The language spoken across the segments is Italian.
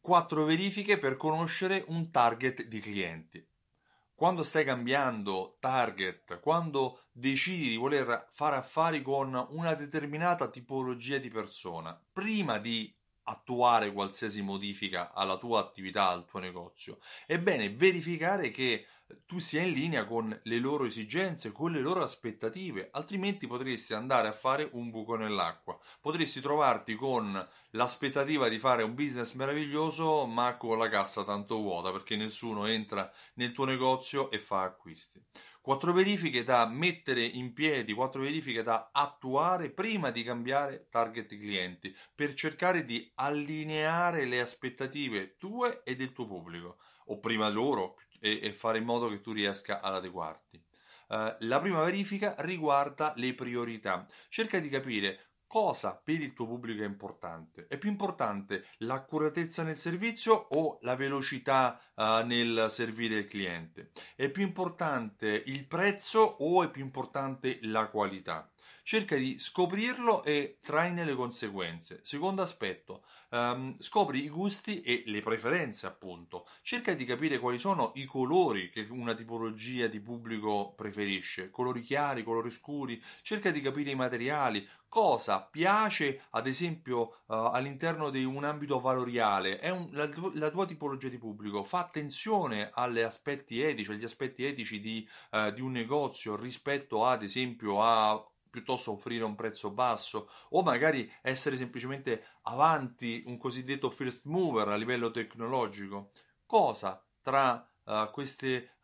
4 verifiche per conoscere un target di clienti. Quando stai cambiando target, quando decidi di voler fare affari con una determinata tipologia di persona, prima di attuare qualsiasi modifica alla tua attività, al tuo negozio, è bene verificare che tu sia in linea con le loro esigenze, con le loro aspettative, altrimenti potresti andare a fare un buco nell'acqua. Potresti trovarti con l'aspettativa di fare un business meraviglioso, ma con la cassa tanto vuota, perché nessuno entra nel tuo negozio e fa acquisti. 4 verifiche da mettere in piedi, 4 verifiche da attuare prima di cambiare target clienti, per cercare di allineare le aspettative tue e del tuo pubblico, o prima loro, e fare in modo che tu riesca ad adeguarti. La prima verifica riguarda le priorità. Cerca di capire cosa per il tuo pubblico è importante. È più importante l'accuratezza nel servizio o la velocità nel servire il cliente? È più importante il prezzo o è più importante la qualità? Cerca di scoprirlo e traine le conseguenze. Secondo aspetto, scopri i gusti e le preferenze, appunto. Cerca di capire quali sono i colori che una tipologia di pubblico preferisce, colori chiari, colori scuri. Cerca di capire i materiali, cosa piace ad esempio all'interno di un ambito valoriale. La tua tipologia di pubblico fa attenzione agli aspetti etici di un negozio rispetto ad esempio a piuttosto offrire un prezzo basso o magari essere semplicemente avanti, un cosiddetto first mover a livello tecnologico. Cosa tra queste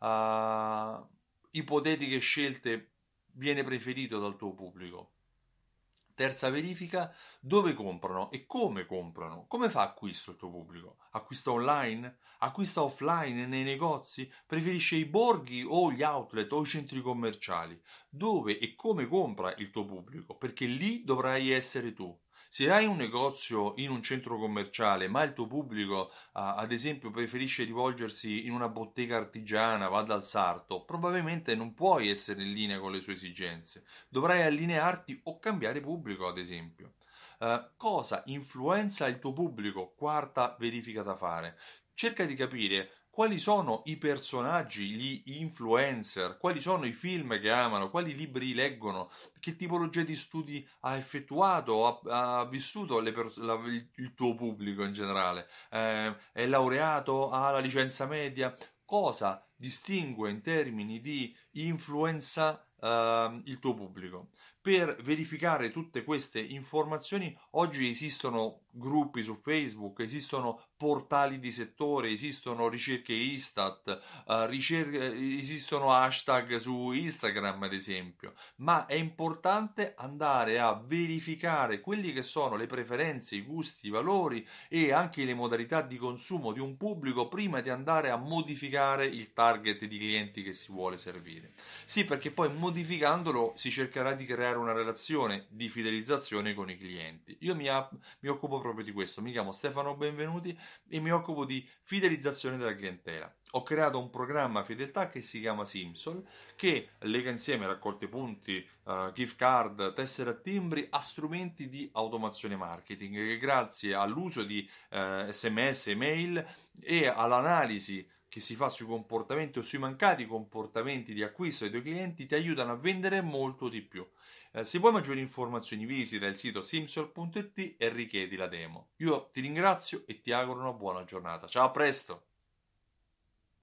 ipotetiche scelte viene preferito dal tuo pubblico? Terza verifica, dove comprano e come comprano? Come fa acquisto il tuo pubblico? Acquista online? Acquista offline nei negozi? Preferisce i borghi o gli outlet o i centri commerciali? Dove e come compra il tuo pubblico? Perché lì dovrai essere tu. Se hai un negozio in un centro commerciale, ma il tuo pubblico, ad esempio, preferisce rivolgersi in una bottega artigiana, va dal sarto, probabilmente non puoi essere in linea con le sue esigenze. Dovrai allinearti o cambiare pubblico, ad esempio. Cosa influenza il tuo pubblico? Quarta verifica da fare. Cerca di capire quali sono i personaggi, gli influencer, quali sono i film che amano, quali libri leggono, che tipologia di studi ha effettuato, ha vissuto il tuo pubblico in generale. È laureato, ha la licenza media? Cosa distingue in termini di influenza il tuo pubblico? Per verificare tutte queste informazioni, oggi esistono gruppi su Facebook, esistono portali di settore, esistono ricerche Istat, esistono hashtag su Instagram, ad esempio, ma è importante andare a verificare quelli che sono le preferenze, i gusti, i valori e anche le modalità di consumo di un pubblico prima di andare a modificare il target di clienti che si vuole servire. Sì, perché poi modificandolo si cercherà di creare una relazione di fidelizzazione con i clienti. Io mi occupo proprio di questo, mi chiamo Stefano Benvenuti e mi occupo di fidelizzazione della clientela. Ho creato un programma fedeltà che si chiama Simsol, che lega insieme raccolte punti, gift card, tessere a timbri a strumenti di automazione marketing che grazie all'uso di SMS, email e all'analisi che si fa sui comportamenti o sui mancati comportamenti di acquisto dei tuoi clienti ti aiutano a vendere molto di più. Se vuoi maggiori informazioni visita il sito simsol.it e richiedi la demo. Io ti ringrazio e ti auguro una buona giornata. Ciao, a presto!